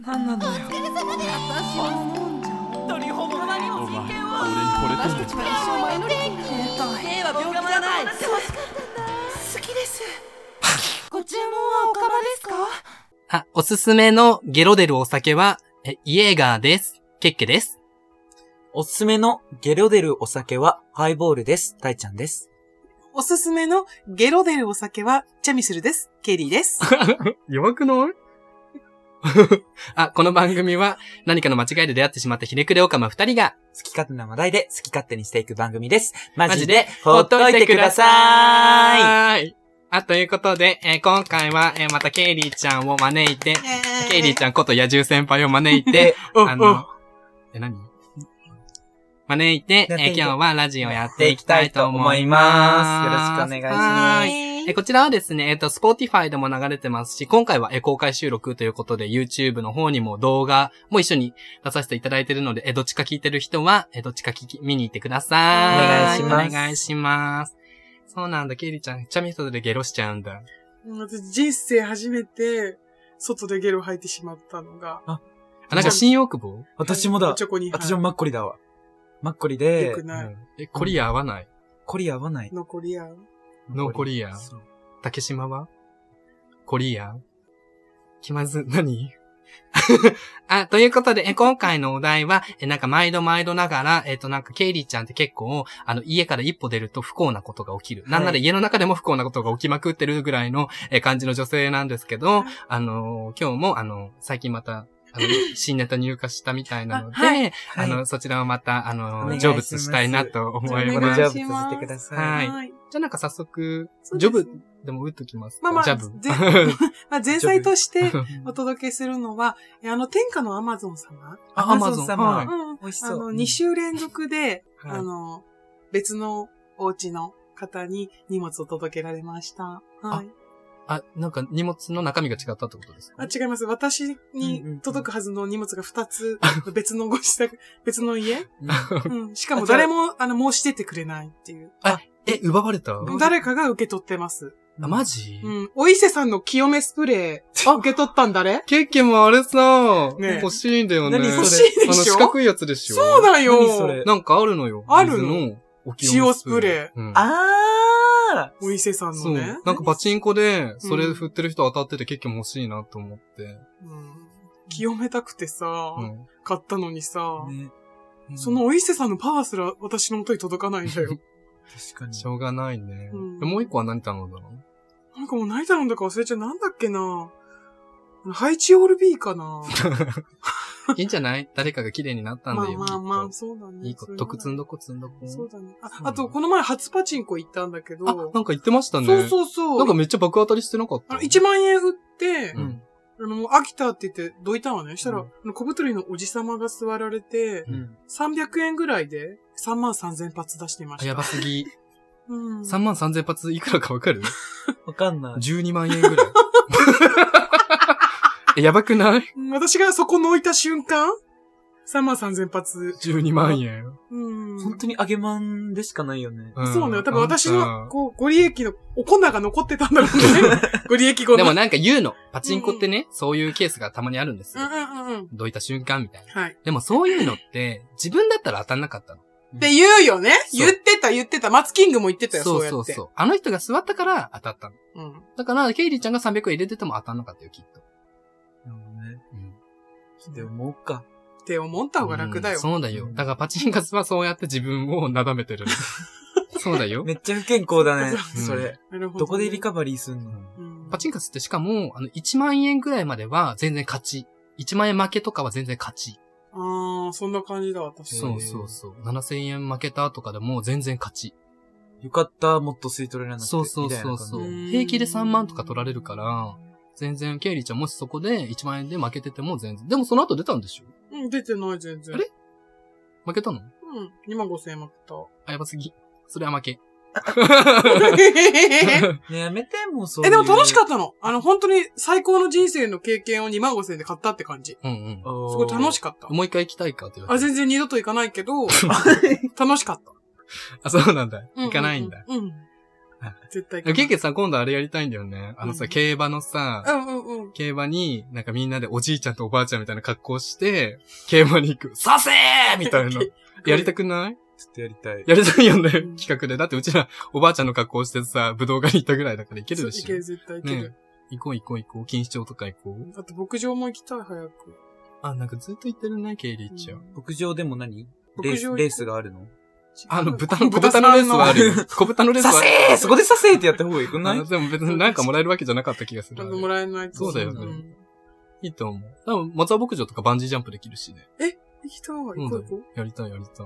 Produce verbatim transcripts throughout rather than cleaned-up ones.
なんなのよ。 お疲れ様です。 私も思うんじゃん。 鳥ほど周りの人権を。 俺に惚れてんの。私たちは一生マイノリティになった。兵は病気じゃない。 楽しかったんだ。 好きです。ご注文はおかまですか？ あ、おすすめのゲロ出るお酒は、え、イエーガーです。ケッケです。 おすすめのゲロ出るお酒はハイボールです。大ちゃんです。 おすすめのゲロ出るお酒はチャミスルです。ケリーです。 弱くないあ、この番組は何かの間違いで出会ってしまったひねくれおかま二人が好き勝手な話題で好き勝手にしていく番組です。ママジでジでほっといてください。 い。あ、ということで、えー今回は、えーまたケイリーちゃんを招いて、ケイリーちゃんこと野獣先輩を招いて、あの、え、何招いて、えー今日はラジオやっていきたいと思います。 よろしくお願いしますはーいえーこちらはですね、えっ、と、Spotify でも流れてますし、今回は、えー公開収録ということで、YouTube の方にも動画も一緒に出させていただいているので、えーどっちか聞いてる人は、えーどっちか聞き、見に行ってください。 お願いしますお願いします。そうなんだ、ケイリーちゃん、チャミソでゲロしちゃうんだ。 私人生初めて外でゲロ吐いてしまったのが。 あ、なんか新大久保私もだ。 チョコに私もマッコリだわ。マッコリよでく、ない。 うんえ、コリア合わない、 コリ合わない。 残りや。 ノーコリアそう竹島はコリア気まず、何あ、ということで、え、今回のお題は、え、なんか毎度毎度ながら、えっとなんかケイリーちゃんって結構、あの家から一歩出ると不幸なことが起きる。 はいなんなら家の中でも不幸なことが起きまくってるぐらいの、え、感じの女性なんですけど、あのー今日もあの、最近また、あの、新ネタ入荷したみたいなので、あ,、 あはいはいの、そちらをまた、あおの、 願いします成仏したいなと思いおます。 願いし成仏させてください。 はいい。 じゃあなんか早速、 そうですジョブでも打っときますか。 まあまあ、 ジャブ。 ぜまあ前菜としてお届けするのは、えあの、天下のアマゾン様。 あ、アマゾン Amazon 様。 はいうん。 美味しそうあの、に週連続で、 はいあの、別のお家の方に荷物を届けられました。はい。 あ、なんか荷物の中身が違ったってことですかあ、違います。私に届くはずの荷物がふたつ、別のご自宅、別の家、うん、しかも誰も、あの、申し出てくれないっていう。 あ、え、奪われたあ、 誰かが受け取ってます。 マジうん。お伊勢さんの清めスプレー、受け取ったん誰ケーキもあれさ、 ねえ欲しいんだよね。 何それ欲しいでしょあの四角いやつでしょそうだよ。 何それなんかあるのよ。 あるの水のお清め塩スプレー。うんあお伊勢さんそう。 のね。 なんかパチンコで、それ振ってる人当たっててケーキも欲しいなと思って。 うん清めたくてさ、 うん。 買ったのにさ、 ー。ね。 そのお伊勢さんのパワーすら私の元に届かないんだよ。 確かに。 しょうがないね。 うんでもう一個は何頼んだのなんかもう何頼んだか忘れちゃう。なんだっけなハイチオールビーかないいんじゃない誰かが綺麗になったんだよ。 まあまあまあ、 きっとそうだね。 いいこと、 そううの得積んどこ積んどこ。 そうだね。あそう、 あと、この前初パチンコ行ったんだけど、 あ、なんか言ってましたね。 そうそうそう。 なんかめっちゃ爆当たりしてなかったあのいちまん円売って、 うん。 あの、もう飽きたって言ってどいたわね。したら、 うんあの小太りのおじさまが座られて、 うん。 さんびゃくえんぐらいでさんまんさんぜん発出してまあ、 した。 やばすぎ。 うん。 さんまんさんぜん発いくらかわかるわかんない。 ?じゅうにまんえんぐらい。え、やばくないうん私がそこの置いた瞬間、さんまんさんぜん発。 じゅうにまんえん。 うん。 本当に揚げまんでしかないよね。 んそうね。多分私あの、 んこう、ご利益の、お粉が残ってたんだろうね。ご利益後の。 たでもなんか言うの。パチンコってね、そういうケースがたまにあるんですよ。 うんうんうんうん。 どいた瞬間みたいな。 はい。 でもそういうのって、自分だったら当たんなかったの。 って言うよね。 そう言ってた言ってた。マツキングも言ってたよ、そそううやって。 そうそう。あの人が座ったから当たったの。 うん。 だから、ケイリーちゃんがさんびゃくえん入れてても当たんなかったよ、きっと。 なるほどね。 うん。 でももうか。 って思った方が楽だよ。 うんそうだよ。だからパチンカスはそうやって自分をなだめてる。そうだよ。 めっちゃ不健康だね。 うんそれ。 なるほどね。 どこでリカバリーすんのうんパチンカスってしかも、あの、いちまんえんぐらいまでは全然勝ち。いちまんえん負けとかは全然勝ち。 ああ、そんな感じだ、私。 そうそうそう。ななせんえん負けたとかでも全然勝ち。 よかった、もっと吸い取れなくて。 そうそうそうみそうたいな感じ。 平気でさんまんとか取られるから、全然、ケイリーちゃんもしそこでいちまんえんで負けてても全然。でもその後出たんでしょうん、出てない、全然。 あれ負けたのうん、にまんごせんえん負けた。 あ、やばすぎ。それは負け。 ねやめて、もうそういえ、 う。 でも楽しかっったの。あの、本当に最高の人生の経験をにまんごせんえんで買ったって感じ。 うんうん。 た。 すごい楽しかった。 もう一回行きたいかって言わあ、 れて。 全然二度と行かないけど、楽しかった。 あ、そうなんだ。 うん行かないんだ。 うん。うん絶対かな。 ケイケさ、今度あれやりたいんだよね。あのさ、 うん競馬のさ、 うんうんうん。 競馬に、なんかみんなでおじいちゃんとおばあちゃんみたいな格好して、競馬に行く。させーみたいな。やりたくないちょっとやりたい。 やりたいよね、 うん企画で。だってうちら、おばあちゃんの格好してさ、武道館に行ったぐらいだから行けるでしょ。 いける、絶対いける。 ね行こう行こう行こう。錦糸町とか行こう。 あと牧場も行きたい、早く。 あ、なんかずっと行ってるね、ケイリーちゃん。 うん牧場でも何レース、 牧場行こうレースがあるのあの、豚の、小豚のレースはあるよ。小豚のレースはさある。 せーそこでさせーってやった方がいいくないあでも別になんかもらえるわけじゃなかった気がする。 あの、もらえないとそうだよねんいいと思う。多分、松尾牧場とかバンジージャンプできるしね。 行きたい、行こう行こう。 やりたいやりたい。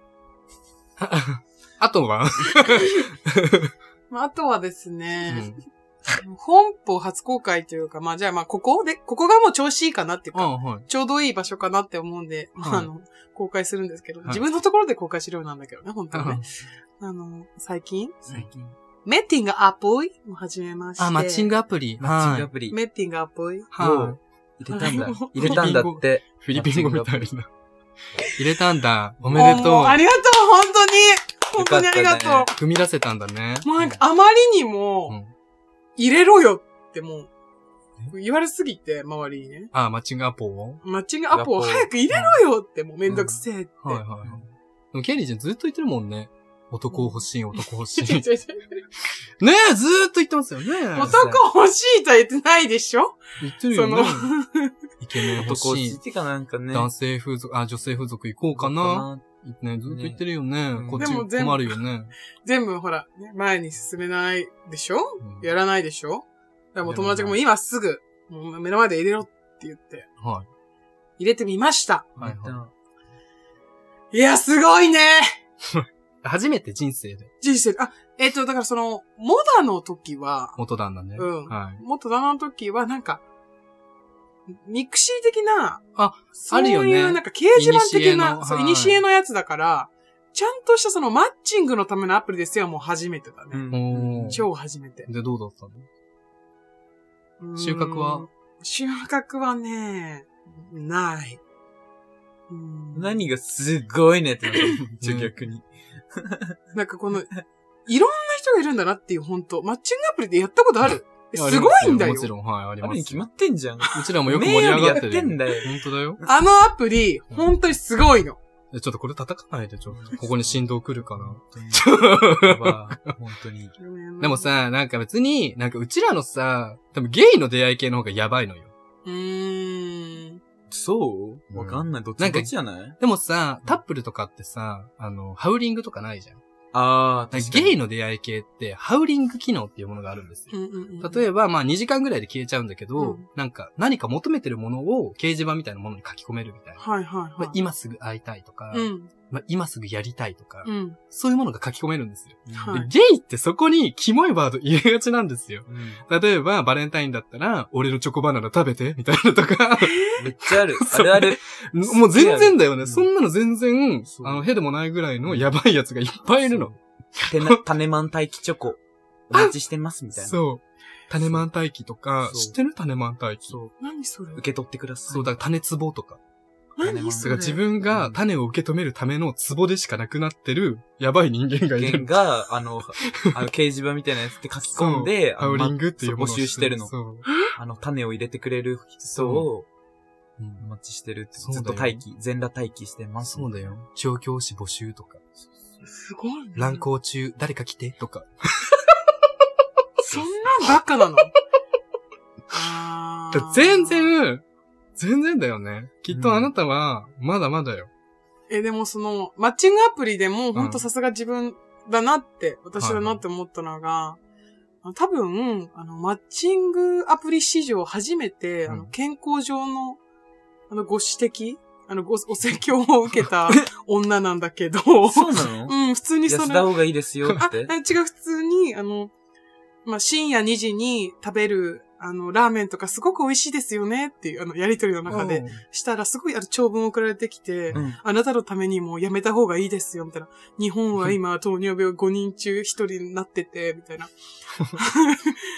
あとは、 まあ、あとはですうね、 ん。 本邦初公開というか、まあじゃあまあここで、ここがもう調子いいかなっていうか、 あはい。 ちょうどいい場所かなって思うんで、まあはいあの、公開するんですけど、 はい自分のところで公開しろようなんだけどね、本当はね。あの、最近、 最近。 メッティングアプリも始めまして。 あ、マッチングアプリ。 マッチングアはいプリ。 メッティングアプリは入れたんだはい。 入れたんだって。 い。フィリピン語みたいな。入れたんだ。おめでもとう。 うありがとう本当に本当にありがとう、 よかっ踏み出せたんだね。 もうなんかあまりにも、 うん。 入れろよってもう、言われすぎて、周りにね。 あ、マッチングアプリをマッチングアプリを早く入れろよって、もうめんどくせえって。 はいはいはい。でもケイリーちゃんずっと言ってるもんね。男欲しい、男欲しい。 違う違う違うねえ、ずーっと言ってますよね。 男欲しいとは言ってないでしょ言ってるよねそ。 イケメン欲男しい。 ってかなんかね。 男性風俗、あ、女性風俗行こうかな。ね、ずっと言ってるよね。 ねこっちでも全部困るよね。 全部ほら、ね前に進めないでしょうんやらないでしょだからもう友達がもう今すぐ、もう目の前で入れろって言って、 は入れてみました。 い。はいはいや、すごいねい。初めて人生で人生、あ、えっ、と、だからその、モダの時は、 元旦那ね。 うんはい。 もっと旦那の時はなんか、ミクシー的な、 あ、 そういうあるよねなんか掲示板的な、そう、 はいイニシエのやつだから、ちゃんとしたそのマッチングのためのアプリですよ、もう初めてだね。 おー超初めて。 で、どうだったのうーん収穫は収穫はね、ない。うーん何がすごいねってなったうん逆に。 なんかこの、いろんな人がいるんだなっていう、本当マッチングアプリでやったことあるえすごいんだよも。ちろん、はい、あります。 あれに決まってんじゃん。 うちらもよく盛り上がってる。 おめえよりやってんだよ本当だよ。 あのアプリ、本当にすごいの。 えちょっとこれ叩かないで、ちょっと。ここに振動来るから。 やば本当に。 でも、さ、なんか別に、なんかうちらのさ、多分ゲイの出会い系の方がやばいのよ。 うーん。 そうわかんない。どっちなんかどっちじゃないでもさ、タップルとかってさ、あの、ハウリングとかないじゃん。 ああ、確かに。 ゲイの出会い系って、ハウリング機能っていうものがあるんですよ。 うんうんうん、 例えば、まあにじかんぐらいで消えちゃうんだけど、 うんなんか何か求めてるものを掲示板みたいなものに書き込めるみたいな。 はいはいはい。 まあ、今すぐ会いたいとか、 うん。 まあ、今すぐやりたいとか、 うん。 そういうものが書き込めるんですよ。 はいでゲイってそこにキモいワード入れがちなんですよ。 うん例えば、バレンタインだったら、俺のチョコバナナ食べてみたいなとか、 めっちゃある。あるある。 もう全然だよね。 うんそんなの全然、 そうあの、へでもないぐらいのやばいやつがいっぱいいるの。 てな、種マン待機チョコ。お待ちしてますみたいな。 そう。種マン待機とか、 そう知ってる種マン待機。 そう。 何それ受け取ってください。 そう、だから種壺とか。 何それだから自分が種を受け止めるための壺でしかなくなってる、やばい人間がいる。 人が、あの、あの、掲示板みたいなやつで書き込んで、 ハウリングっていうものを募集してるの。 そう。 あの、種を入れてくれる人をうんお待ちしてるって。 そうだよずっと待機、全裸待機してます。 そうだよ。調教師募集とか。 すごいね。 乱行中、誰か来てとか。 そんなんばっかなのあー全。然、全然だよね。きっとあなたは、まだまだよ。 え、でもその、マッチングアプリでも、ほんとさすが自分だなって、私だなって思ったのが、あの多分、あの、マッチングアプリ史上初めて、 うんあの、健康上の、あの、ご指摘あの、ご、お説教を受けた女なんだけど、 そうなのうん、普通にそ痩せの、 た方がいいですよあ、 って。 違う、普通に、あの、まあ、深夜にじに食べる、あの、ラーメンとかすごく美味しいですよねっていう、あの、やりとりの中で、したらすごい、あの、長文送られてきて、 うん。 あなたのためにもうやめた方がいいですよ、みたいな。日本は今、糖尿病ごにん中ひとりになってて、みたいな。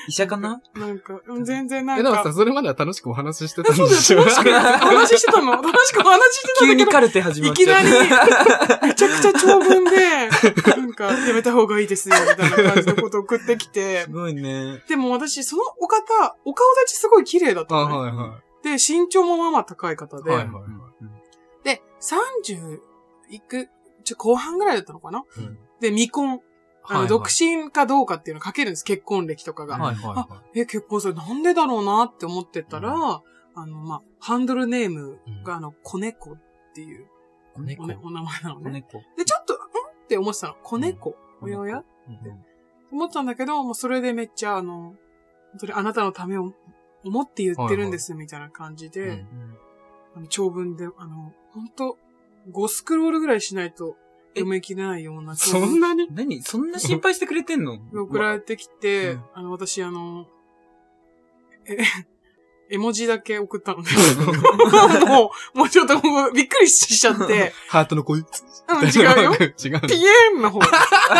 医者かななんか、うん全然なんえ、でもさ、 か。 それまでは楽しくお話ししてたんそうだよ、 でしょ楽しくお話ししてたの。楽しくお話ししてたんだけど。 急にカルテ始まっちゃいきなった。 り、めちゃくちゃ長文で、なんか、やめた方がいいですよ、みたいな感じのことを送ってきてす。ごいね。 でも私、そのお方、お顔立ちすごい綺麗だったあ、 の、ね。 はいはで、身長もまあまあ高い方い。 で。 はいはいはい。 で、さんじゅういく、ちょ、後半ぐらいだったのかな、 うん、 で、未婚。あの、 はいはい独身かどうかっていうのを書けるんです。結婚歴とかが。 はいはいはえ、結婚それなんでだろうなって思ってたら、 うんあの、まあ、ハンドルネームが、あの、子猫っていう子猫お,、ね、お名前なのね。 子猫。 で、ちょっと、んって思ってたの。子猫、おやおや思ったんだけど、もうそれでめっちゃ、あの、本当にあなたのためを思って言ってるんです、みたいな感じで、 うんあの長文で、あの、本当ごスクロールぐらいしないと読み切れないような長そ文んなに何そんな心配してくれてんの送られてきて、 うんあの、私、あの、え、絵文字だけ送ったのね。もう、もうちょっともうびっくりしちゃって、 ハートの声。 うん、違うよ。 違う。 ピエーンの方。ピ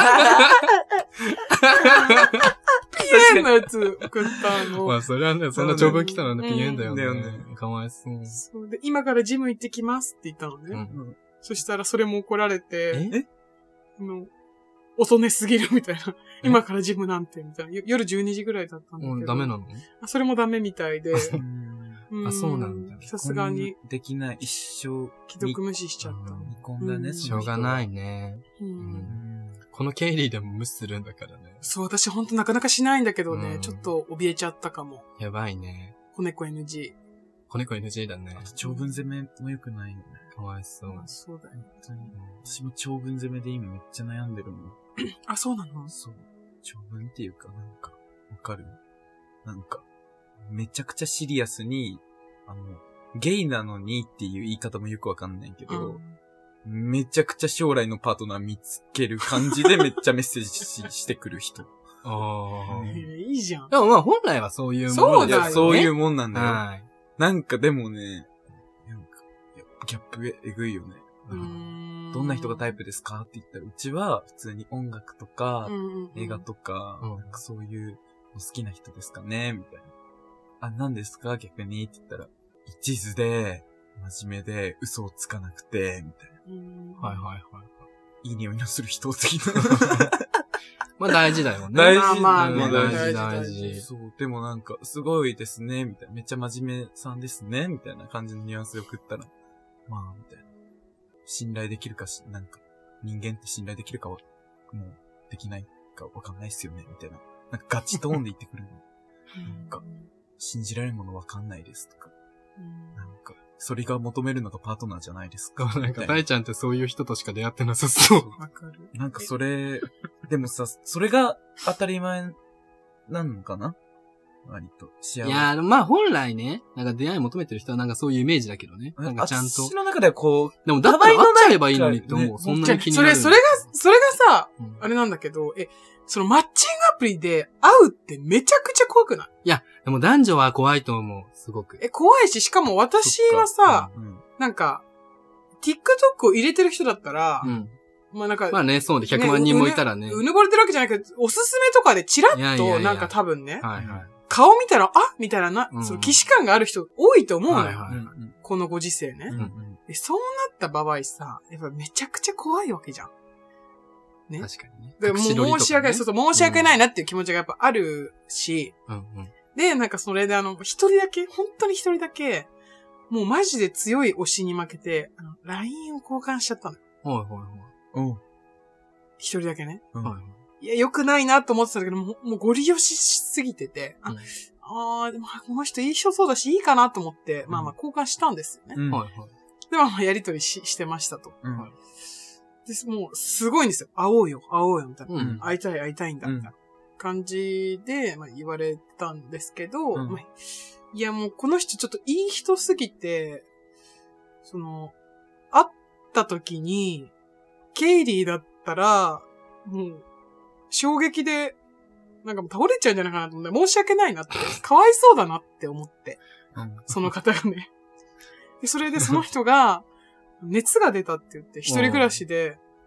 エーンのやつ送ったの。 まあ、それはね、そんな長文来たらね、ピエンだよね。 だよねかわいそう。 そうで、今からジム行ってきますって言ったのね。 うんそしたらそれも怒られて、 えあの遅寝すぎるみたいな。今からジムなんて、みたいな。よ夜じゅうにじぐらいだったんだけど。 うん、ダメなのあそれもダメみたいで。 うんあそうなんださすがに、 できない。一生。 既読無視しちゃった。 未婚だね、 うんしょうがないいね。 うんうんこのケイリーでも無視するんだからね。 そう、私ほんとなかなかしないんだけどね、 うんちょっと怯えちゃったかも。 やばいね。 子猫 エヌジ子猫 エヌジー だね。 長文攻めも良くないよね。 かわいそう。 ー。そうだよ。 本当に。私も長文攻めで今めっちゃ悩んでるもん。 あ、そうなのそう。長文っていうか、なんか、わかるなんか、めちゃくちゃシリアスに、あの、ゲイなのにっていう言い方もよくわかんないけど、めちゃくちゃ将来のパートナー見つける感じでめっちゃメッセージししてくる人。 ああ。 えーいいじゃん。 でもまあ本来はそういうものそうだよねいや、そういうもんなんだよ。 はい。 なんかでもね、なんか、いやギャップええぐいよね。 うーんどんな人がタイプですかって言ったら、うちは普通に音楽とか、 うんうんうん映画とか、 うんなんかそういうの好きな人ですかねみたいな。あ、何ですか逆にって言ったら、一途で、真面目で、嘘をつかなくて、みたいな。 うんはいはいはい。 いい匂いのする人的な。 まあ大事だよね。 大事まあまあうんね、 大事大事大大事。 事。 そう、でもなんか、すごいですね、みたいな。めっちゃ真面目さんですね、みたいな感じのニュアンスで送ったら、まあ、みたいな。信頼できるかし、なんか、人間って信頼できるかは、もう、できないかわかんないっすよね、みたいな。なんかガチトーンで言ってくるの。なんか信じられるものわかんないですとか。 うんなんか、それが求めるのがパートナーじゃないですか。 なんかみたいな大ちゃんってそういう人としか出会ってなさそう。 わかる。 なんかそれ、でもさ、それが当たり前なのかな割と。幸せ。 いやー、まあ本来ね、なんか出会い求めてる人はなんかそういうイメージだけどね。なんかちゃんと。 私の中ではこう、 でもだったら会っちゃえばいいのにって思う。 ねそんなじゃあに気になる。 それ、それが、それがさ、 うんあれなんだけど、え、そのマッチングアプリで会うってめちゃくちゃ怖くない？ いや、でも男女は怖いと思う。すごく。 え、怖いし、しかも私はさ、 うん。 なんか、TikTok を入れてる人だったら、 うん。 まあなんか、 まあね、そうでひゃくまん人もいたらね。 うぬぼれてるわけじゃないけど、おすすめとかでチラッいやいやいやとなんか多分ね、 はいはい。 顔見たら、あみたいなな、 うんその既視感がある人多いと思うのよ。 はいはいうんこのご時世ね、 うんうんで。そうなった場合さ、やっぱめちゃくちゃ怖いわけじゃん。ね。 確かにね。 でもう隠し撮りとかね申し訳ない、そうそう、申し訳ないなっていう気持ちがやっぱあるし、 うんうん。 で、なんかそれであの、一人だけ、本当に一人だけ、もうマジで強い推しに負けて、あの、ライン を交換しちゃったのよ。 はいはいはい。 おう一人だけね。 うんはいはいいや、良くないなと思ってたんだけど、もう、もうゴリ押ししすぎてて、あ、 うんあーでも、この人いい人そうだし、いいかなと思って、まあまあ交換したんですよね。 うんはいはい。 で、まあまあやりとりししてましたと。 うんはいで、もう、すごいんですよ。会おうよ、会おうよ、みたいな。 うん会いたい、会いたいんだ、みたいな感じで、まあ、言われたんですけど、 うんまあ、いや、もうこの人ちょっといい人すぎて、その、会った時に、ケイリーだったら、もう、衝撃で、なんかもう倒れちゃうんじゃないかなと思って、申し訳ないなって、かわいそうだなって思って、 うんその方がね。で、それでその人が、熱が出たって言って、一人暮らしで、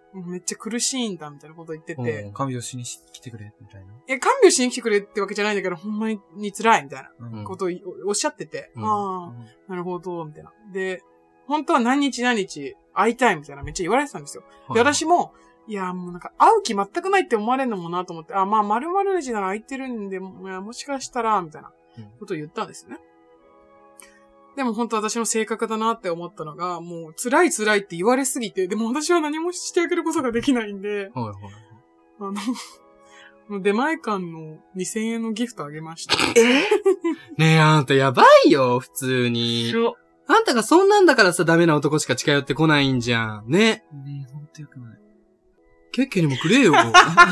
めっちゃ苦しいんだみたいなこと言ってて、 うん看病しに来てくれみたいな。 いや、看病しに来てくれってわけじゃないんだけど、ほんまに辛いみたいなうんことをおっしゃってて、 うんああ、なるほど、みたいな。で、本当は何日何日会いたいみたいなめっちゃ言われてたんですよ。で、私も、いや、もうなんか会う気全くないって思われるのもなと思って、あ、まあ、〇〇日なら空いてるんで、ももしかしたら、みたいなことを言ったんですね。でも本当私の性格だなって思ったのが、もう辛い辛いって言われすぎて、でも私は何もしてあげることができないんで、 はいはい。 あの、もう出前館のにせんえんのギフトあげました。 ねえ、あんたやばいよ、普通に。あんたがそんなんだからさ、ダメな男しか近寄ってこないんじゃん。ね。 ねえ、ほんとよくない。 ケッケにもくれよ。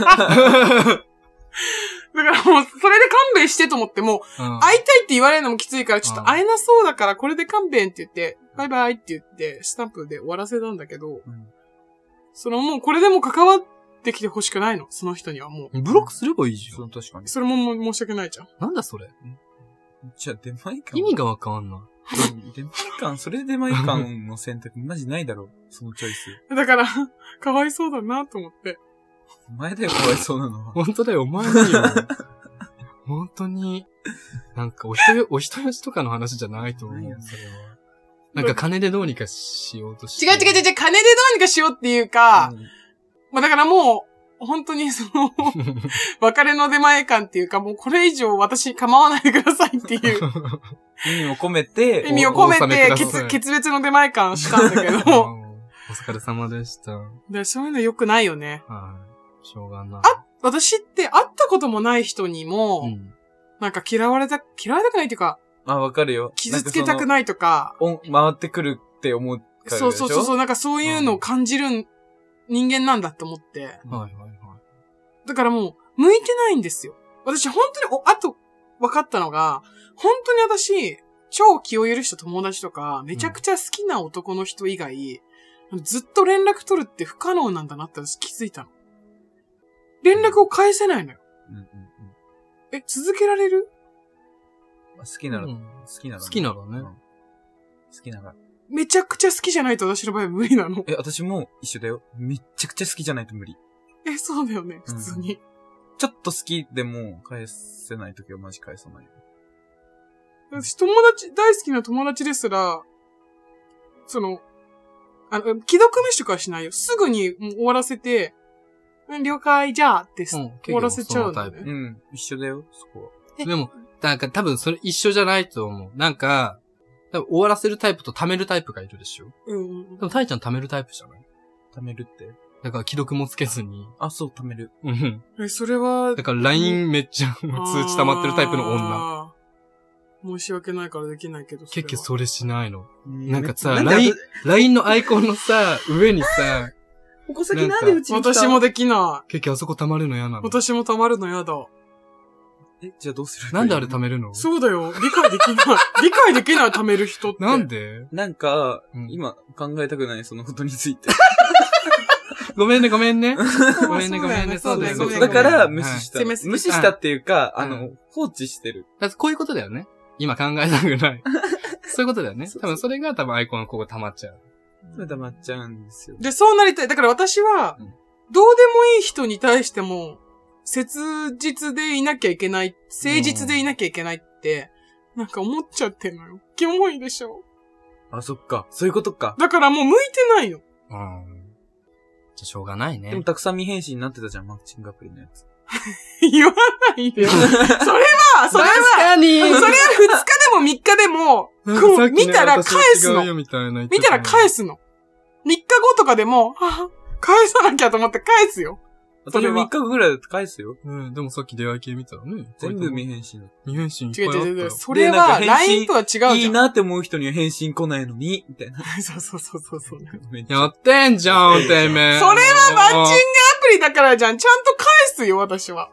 だからもう、それで勘弁してと思っても、 うん会いたいって言われるのもきついから、ちょっと会えなそうだから、これで勘弁って言って、バイバイって言って、スタンプで終わらせたんだけど、 うんそのもうこれでも関わってきてほしくないの、その人にはもう。 ブロックすればいいじゃん。 その確かに。 それももう申し訳ないじゃん。 なんだそれ。 じゃあ出前館。 意味がわかんない。 出前館、それで出前館の選択マジないだろう。そのチョイス。 だから、かわいそうだなと思って。 お前だよ、かわいそうなのは。 本当だよ、お前だよ。本当に。なんか、お人よ、お人よしとかの話じゃないと思うないよよ、それは。なんか金でどうにかしようとして。 違う違う違う違う、金でどうにかしようっていうか、 うんまあだからもう、本当にその、別れの出前感っていうか、もうこれ以上私構わないでくださいっていう意味を込めて、 意味を込めお納めて、 ください決決別の出前感したんだけうんど、 お疲れ様でした。はでそういうの良くないよね。 い。しょうがない。 私って会ったこともない人にも、 うん。 なんか嫌われた、嫌われたくないっていうか、 あ、わかるよ。 傷つけたくい。 ないとか、 お回ってくるって思うからでしょ。 そうそうそうそう、なんかそういうのを感じる人間なんだって思って。 はいはいはい。 だからもう、向いてないんですよ。私本当に、お、あと、分かったのが、本当に私、超気を許した友達とか、めちゃくちゃ好きな男の人以外、ずっと連絡取るって不可能なんだなって私気づいたの。連絡を返せないのよ。 うんうんうん。 え、続けられる？ 好きなら、 うん好きなら。 好きならねうん好きなら。 めちゃくちゃ好きじゃないと私の場合は無理なの。 え、私も一緒だよ。めっちゃくちゃ好きじゃないと無理。 え、そうだよね、普通に。 ちょっと好きでも返せないときはマジ返さないよ。 私友達、大好きな友達ですら、その、あの、既読無視とかはしないよ。すぐにもう終わらせて、うん了解、じゃあってす、 うん終わらせちゃうんだよ結ね。 うん、一緒だよ、そこは。 でも、なんか多分それ一緒じゃないと思う。なんか、多分終わらせるタイプと貯めるタイプがいるでしょ。 うん。 でもタイちゃん貯めるタイプじゃない？ 貯めるって。 だから既読もつけずに。 あ、そう、貯める。 うん。 え、それは、 だから ライン めっちゃ通知溜まってるタイプの女。 あー申し訳ないからできないけど。 結局それしないの。 ななんかさ、 なんでライン、ライン のアイコンのさ、上にさ、 お子先なんでうちに来た私もできな結局あそこ溜まるの嫌い。 なの。 私も溜まるの嫌だ。 え、じゃあどうする？ なんであれ溜めるの？ そうだよ。理解できない。理解できない溜める人って。 なんで？ なんか、 うん今考えたくないそのことについて。 ごめんね、ごめんね。 そうごめんね、ごめんね。そうだよそうだよね。 だから無視したの。 はい攻めすぎた無視したっていうか、 うんあの、放置してる。 だってこういうことだよね。今考えたくない。そういうことだよね。 そうそう多分それが多分アイコンのここ溜まっちゃう。 それ黙っちゃうんですよ。 で、そうなりたい。だから私は、 うんどうでもいい人に対しても、切実でいなきゃいけない、誠実でいなきゃいけないって、なんか思っちゃってんのよ。キモいでしょ。 あ、そっか。そういうことか。 だからもう向いてないの。 うん。じゃあしょうがないね。 でもたくさん未返信になってたじゃん、マッチングアプリのやつ。 言わないでよ。それは、それは、 確かにそれはふつかでもみっかでも、こう見たら返すの。見たら返す。 すの。みっかごとかでも、はぁ返さなきゃと思って返すよ。そ私もれはみっかごぐらいだって返すよ。 うん、でもさっき出会い系見たらね。 全部未返信だっ未返信いっぱ違いうあったよ。 違う違う。それでなんかは、 返ラ信イン とは違うじた。 ゃん。 いいなって思う人には返信来ないのに、みたいな。 そうそうそうそうそう。 めっちゃやってんじゃん、てめえ。 それはマッチングアプリだからじゃん。ちゃんと返すよ、私は。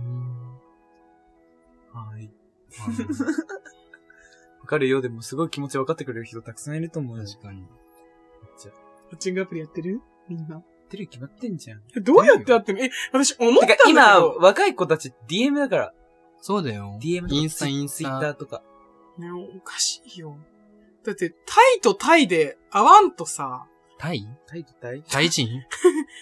はい。わかるよ。でもすごい気持ち分かってくれる人たくさんいると思うよ。 確かに。 じゃあ、 マッチングアプリやってるみんな。 やってるに決まってんじゃん。 えどうやってやってんのえ、私思ったんだけど。 てか今、若い子たち ディーエム だから。 そうだよ。 ディーエム とかインスタ、インスツイッタータ。 とか。 ね、おかしいよ。だって、タイとタイで会わんとさ、 タイタイとタイタイ人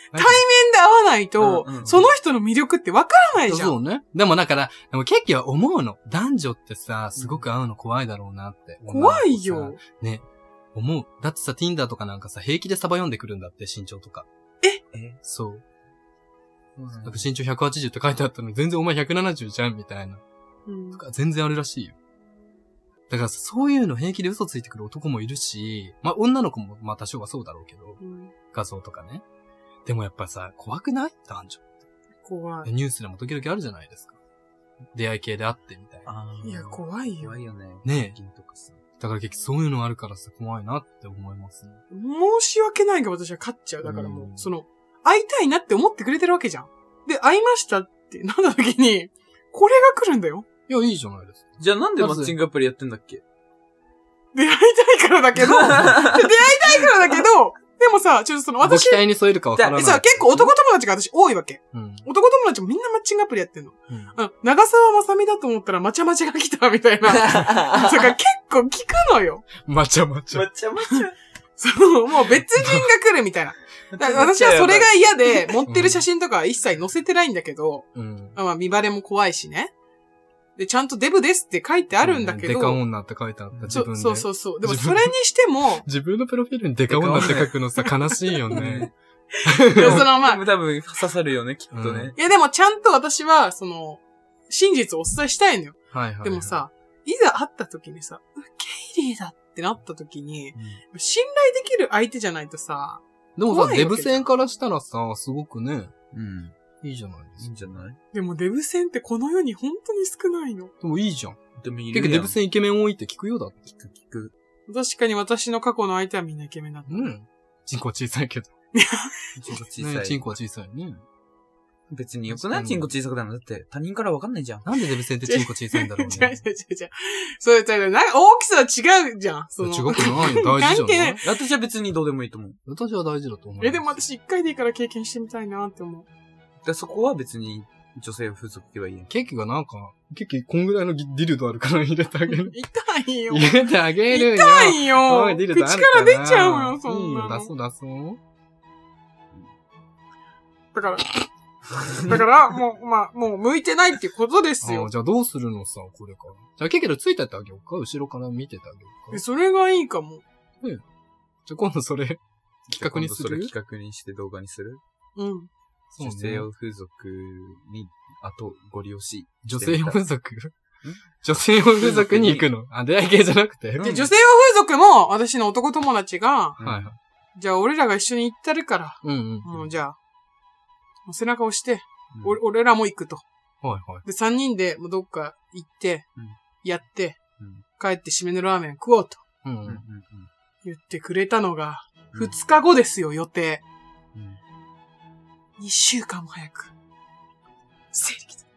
対面で会わないと、 うんうんその人の魅力ってわからないじゃん。 そうね。でもだから、でもケーキは思うの。男女ってさ、すごく会うの怖いだろうなって。 怖いよ。 ね。思う。だってさ、Tinder とかなんかさ、平気でサバ読んでくるんだって、身長とか。 えそう。 そうなんだなんか身長ひゃくはちじゅうって書いてあったのに、全然お前ひゃくななじゅうじゃんみたいな。 うんとか全然あるらしいよ。だからそういうの平気で嘘ついてくる男もいるし、まあ女の子もまあ多少はそうだろうけど、 うん画像とかね。でもやっぱさ、怖くない？男女。 怖い。 ニュースでも時々あるじゃないですか。出会い系で会ってみたいな。 あーいや、怖いよ。 怖いよね。 ねえ最近とかさだから結局そういうのあるからさ、怖いなって思いますね。 申し訳ないが私は勝っちゃう。だからもう、 うんその、会いたいなって思ってくれてるわけじゃん。で、会いましたってなった時に、これが来るんだよ。 いや、いいじゃないですか。 じゃあなんでマッチングアプリやってんだっけ出会いたいからだけど、出会いたいからだけど、でもさ、ちょっとそのご私期、待に添えるかわからない。 さ、結構男友達が私多いわけ。 うん。 男友達もみんなマッチングアプリやってんの。 うん。 あの、長澤まさみだと思ったらまちゃまちゃが来たみたいな。それから結構聞くのよ。 まちゃまちゃ。 まちゃまちそう、もう別人が来るみたいな。 ゃ。 だから私はそれが嫌で、持ってる写真とかは一切載せてないんだけど、 うん。 まあ見バレも怖いしね。で、ちゃんとデブですって書いてあるんだけど。 デカ女って書いてあった、自分で。 そうそうそう。でも自分それにしても、 自分のプロフィールにデカ女って書くのさ、悲しいよね。 いやそのまあ、 多分刺さるよね、きっとね。 いやでもちゃんと私は、その、真実をお伝えしたいのよ。 はいはい。 でも、さ、いざ会った時にさ、ケイリーだってなった時に、信頼できる相手じゃないとさ、 でもさ、 怖いわけデブ戦からしたらさ、すごくね、 うん。 いいじゃないですか。 いいんじゃないでもデブ戦ってこの世に本当に少ないの。 でもいいじゃん。 でもいる結やん。 構デブ戦イケメン多いって聞くよだって。 聞く聞く。 確かに私の過去の相手はみんなイケメンだった。 うん。チンコは小さいけど。 チンコ小ねさい。 チンコは小さいね。 別によくないチンコ小さくなるのだって他人からわかんないじゃん。 なんでデブ戦ってチンコ小さいんだろう違う違うね。 違う違う。それ、それ、なんか大きさは違うじゃん。その違くないよ。大事じゃない関私は別にどうでもいいと思う。 私は大事だと思う。 え、でも私一回でいいから経験してみたいなって思う。 でそこは別に女性を風俗系はいいやん。 ケーキがなんか、ケーキこんぐらいのディルドあるから入れてあげる。 痛いよ。 入れてあげるよ。 痛いよ。 おいディル口かドあるから出ちゃうよ、そんいいよ、 なの。 出そう出そう。 だから、だから、もう、まあ、もう向いてないっていうことですよああ。じゃあどうするのさ、これから。じゃあケーキでついてってあげようか後ろから見ててあげようかえそれがいいかも。 じゃあ今度それ、企画にする今度それ企画にして動画にするうん。 そうね女性用風俗に、あと、ご利用し。 女性用風俗女性用風俗に行くのあ、出会い系じゃなくて、 うんで、女性用風俗も、私の男友達が、 うんはいはい。 じゃあ俺らが一緒に行ったるから、 うんうん。 もうじゃあ、もう背中押して、 うん俺俺らも行くと。 はいはい。 で、三人でもうどっか行って、 うんやって、 うん帰って締めのラーメン食おうとうんうん。 うんうん言ってくれたのが、 うん二日後ですよ、予定。 うん二週間も早く。生理来た。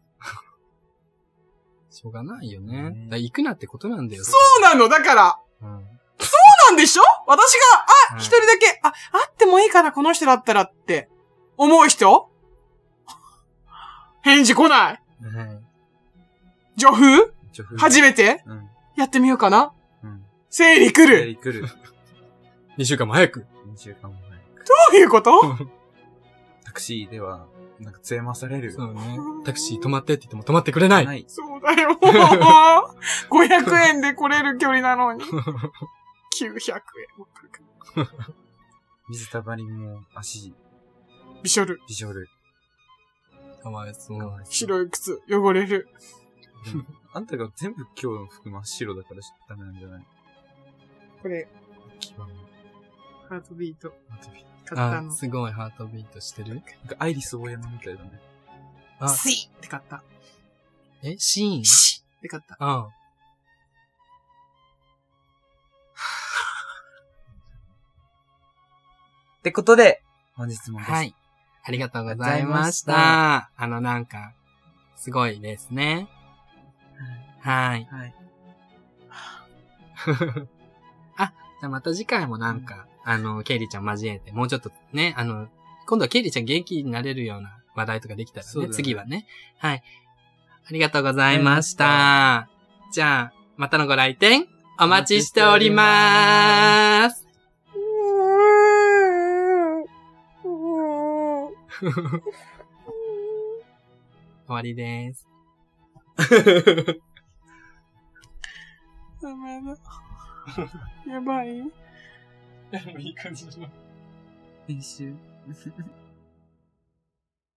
しょうがないよね。 ねだから行くなってことなんだよ。 そうなの、だから、 うん。 そうなんでしょ私が、あ、 はい一人だけ、あ、会ってもいいかな、この人だったらって、思う人返事来ないはい。 女風女風初めてうん。 やってみようかなうん。 生理来る生理来る。 二週間も早く。 にしゅうかんも早く。 どういうことタクシーでは、なんか、つえまされる。 そうね。タクシー止まってって言っても止まってくれない。 ない。 そうだよ。ごひゃくえんで来れる距離なのに。きゅうひゃくえんもかかる。 水たまりも足、 びしょる。 びしょる。 かわいそう。 かわいそう白い靴、汚れる。 でもあんたが全部今日の服真っ白だからダメなんじゃないこれ、 基盤ハートビート。 あとびあ、 買ったの。 すごいハートビートしてる。 なんかアイリス大山みたいだね。 あ、 スイって買った。 え、シーンシって買った。 あってことで、本日もです。 はい。ありがとうございました。あの、なんか、すごいですね。はい。 はい。 あ、じゃあまた次回もなんか、あの、ケイリちゃん交えて、もうちょっとね、あの、今度はケイリちゃん元気になれるような話題とかできたらね、 そうだね次はね。はい。ありがとうございました。じゃあ、またのご来店、お待ちしておりまーす。 うーん。 終わりでーす。 ダメだ。やばい。 いい感じの。 編集。